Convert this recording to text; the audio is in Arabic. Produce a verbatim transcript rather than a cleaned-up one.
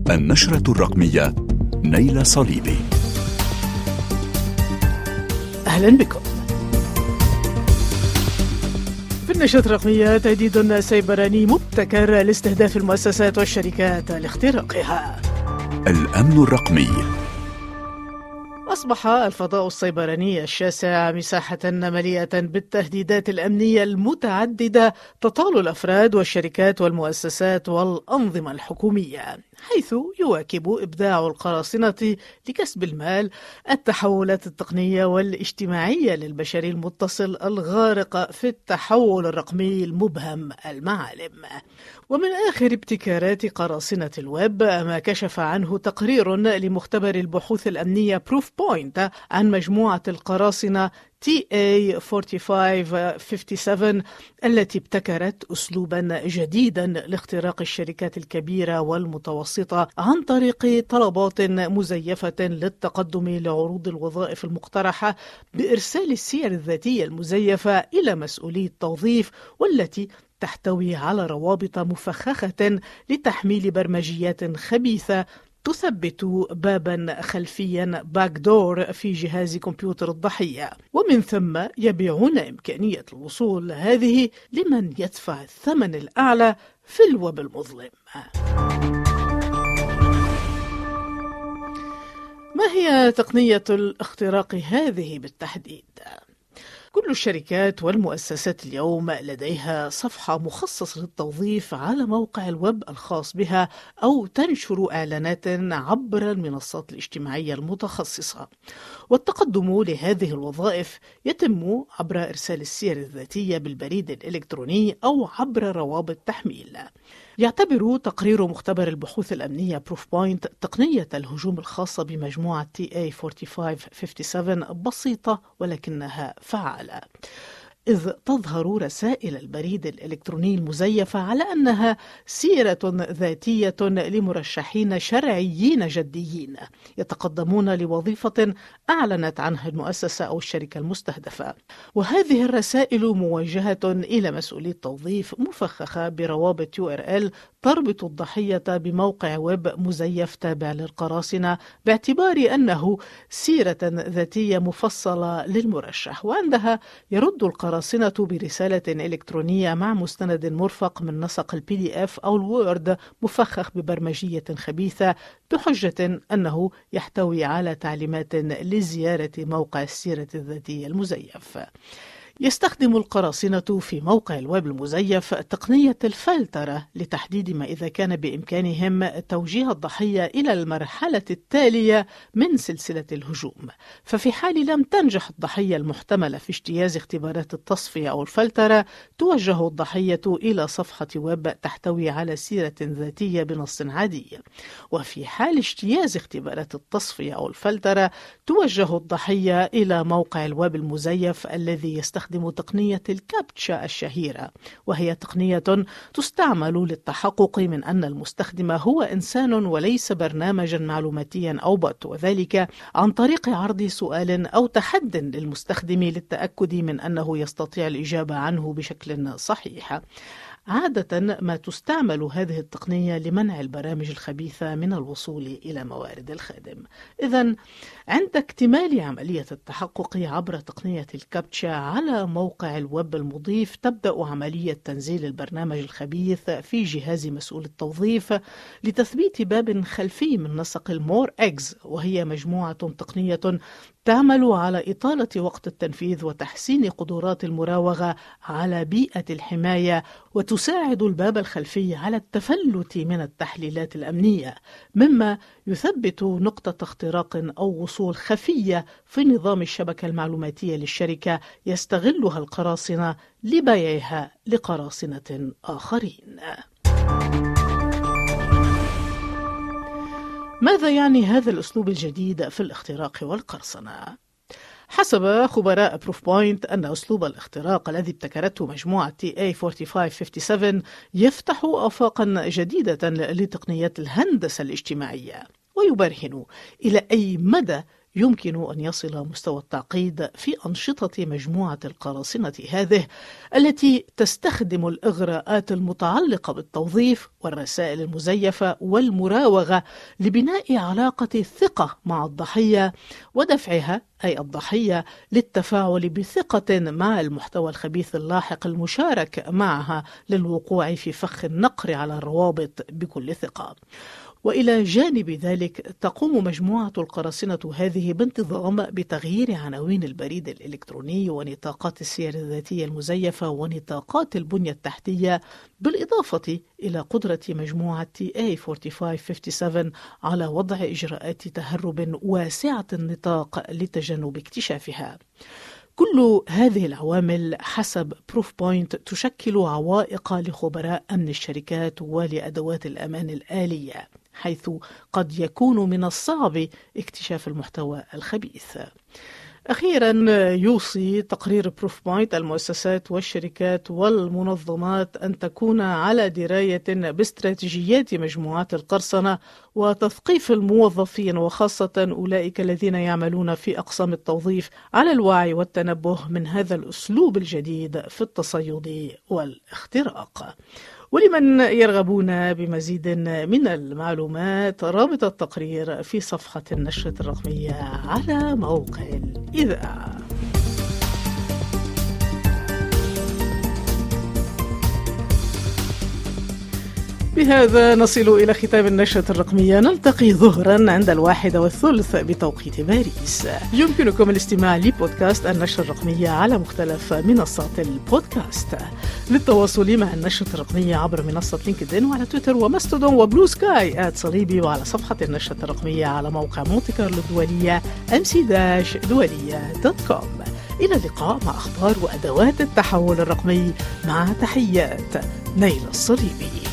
النشرة الرقمية نيلة صليبي. أهلا بكم. في النشرة الرقمية تهديد سيبراني مبتكر لاستهداف المؤسسات والشركات لاختراقها. الأمن الرقمي. أصبح الفضاء السيبراني الشاسع مساحة مليئة بالتهديدات الأمنية المتعددة تطال الأفراد والشركات والمؤسسات والأنظمة الحكومية، حيث يواكب إبداع القراصنة لكسب المال التحولات التقنية والاجتماعية للبشر المتصل الغارق في التحول الرقمي المبهم المعالم. ومن آخر ابتكارات قراصنة الويب ما كشف عنه تقرير لمختبر البحوث الأمنية بروف بوينت عن مجموعة القراصنة تي إيه خمسة خمسة خمسة سبعة التي ابتكرت أسلوبا جديدا لاختراق الشركات الكبيرة والمتوسطة عن طريق طلبات مزيفة للتقدم لعروض الوظائف المقترحة بإرسال السير الذاتية المزيفة إلى مسؤولي التوظيف، والتي تحتوي على روابط مفخخة لتحميل برمجيات خبيثة تثبت بابا خلفيا باك دور في جهاز كمبيوتر الضحية، ومن ثم يبيعون إمكانية الوصول هذه لمن يدفع الثمن الأعلى في الويب المظلم. ما هي تقنية الاختراق هذه بالتحديد؟ كل الشركات والمؤسسات اليوم لديها صفحة مخصصة للتوظيف على موقع الويب الخاص بها، أو تنشر إعلانات عبر المنصات الاجتماعية المتخصصة. والتقدم لهذه الوظائف يتم عبر إرسال السير الذاتية بالبريد الإلكتروني أو عبر روابط تحميل. يعتبر تقرير مختبر البحوث الأمنية بروف بوينت تقنية الهجوم الخاصة بمجموعة تي إيه خمسة خمسة خمسة سبعة بسيطة ولكنها فعالة، إذ تظهر رسائل البريد الإلكتروني المزيفة على أنها سيرة ذاتية لمرشحين شرعيين جديين يتقدمون لوظيفة أعلنت عنها المؤسسة أو الشركة المستهدفة. وهذه الرسائل موجهة إلى مسؤولي التوظيف مفخخة بروابط يو آر إل تربط الضحية بموقع ويب مزيف تابع للقراصنة باعتبار أنه سيرة ذاتية مفصلة للمرشح، وعندها يرد القراصنة برسالة إلكترونية مع مستند مرفق من نسق البي دي إف أو الوورد مفخخ ببرمجية خبيثة بحجة أنه يحتوي على تعليمات لزيارة موقع السيرة الذاتية المزيف. يستخدم القراصنة في موقع الويب المزيف تقنية الفلترة لتحديد ما إذا كان بإمكانهم توجيه الضحية إلى المرحلة التالية من سلسلة الهجوم. ففي حال لم تنجح الضحية المحتملة في اجتياز اختبارات التصفية أو الفلترة، توجه الضحية إلى صفحة ويب تحتوي على سيرة ذاتية بنص عادي. وفي حال اجتياز اختبارات التصفية أو الفلترة، توجه الضحية إلى موقع الويب المزيف الذي يستخدم تستخدم تقنية الكابتشا الشهيرة، وهي تقنية تستعمل للتحقق من أن المستخدم هو إنسان وليس برنامجا معلوماتيا أو بوت، وذلك عن طريق عرض سؤال أو تحد للمستخدم للتأكد من أنه يستطيع الإجابة عنه بشكل صحيح. عادة ما تستعمل هذه التقنية لمنع البرامج الخبيثة من الوصول إلى موارد الخادم. إذن عند اكتمال عملية التحقق عبر تقنية الكابتشا على موقع الويب المضيف، تبدأ عملية تنزيل البرنامج الخبيث في جهاز مسؤول التوظيف لتثبيت باب خلفي من نسق المور إكس، وهي مجموعة تقنية تعمل على إطالة وقت التنفيذ وتحسين قدرات المراوغة على بيئة الحماية، وتساعد الباب الخلفي على التفلت من التحليلات الأمنية، مما يثبت نقطة اختراق أو وصول خفية في نظام الشبكة المعلوماتية للشركة يستغلها القراصنة لبيعها لقراصنة آخرين. ماذا يعني هذا الأسلوب الجديد في الاختراق والقرصنة؟ حسب خبراء بروف بوينت أن أسلوب الاختراق الذي ابتكرته مجموعة تي إيه خمسة خمسة خمسة سبعة يفتح آفاقا جديدة لتقنيات الهندسة الاجتماعية، ويبرهن إلى أي مدى يمكن أن يصل مستوى التعقيد في أنشطة مجموعة القراصنة هذه التي تستخدم الإغراءات المتعلقة بالتوظيف والرسائل المزيفة والمراوغة لبناء علاقة ثقة مع الضحية ودفعها أي الضحية للتفاعل بثقة مع المحتوى الخبيث اللاحق المشارك معها للوقوع في فخ النقر على الروابط بكل ثقة. وإلى جانب ذلك تقوم مجموعة القراصنة هذه بانتظام بتغيير عناوين البريد الإلكتروني ونطاقات السير الذاتية المزيفة ونطاقات البنية التحتية، بالإضافة إلى قدرة مجموعة إيه أربعة خمسة خمسة سبعة على وضع إجراءات تهرب واسعة النطاق لتجنب اكتشافها. كل هذه العوامل حسب بروف بوينت تشكل عوائق لخبراء أمن الشركات ولأدوات الأمان الآلية، حيث قد يكون من الصعب اكتشاف المحتوى الخبيث. أخيرا يوصي تقرير بروف بوينت المؤسسات والشركات والمنظمات أن تكون على دراية باستراتيجيات مجموعات القرصنة وتثقيف الموظفين وخاصة أولئك الذين يعملون في أقسام التوظيف على الوعي والتنبه من هذا الأسلوب الجديد في التصيد والاختراق. ولمن يرغبون بمزيد من المعلومات رابط التقرير في صفحة النشرة الرقمية على موقع الإذاعة. بهذا نصل إلى ختام النشرة الرقمية. نلتقي ظهرا عند الواحدة والثلث بتوقيت باريس. يمكنكم الاستماع لبودكاست النشرة الرقمية على مختلف منصات البودكاست. للتواصل مع النشرة الرقمية عبر منصة لينكدين وعلى تويتر وماستودون وبلو سكاي آت صليبي، وعلى صفحة النشرة الرقمية على موقع مونتي كارلو الدولية إم سي دولية دوت كوم. إلى اللقاء مع أخبار وأدوات التحول الرقمي، مع تحيات نيلة الصليبي.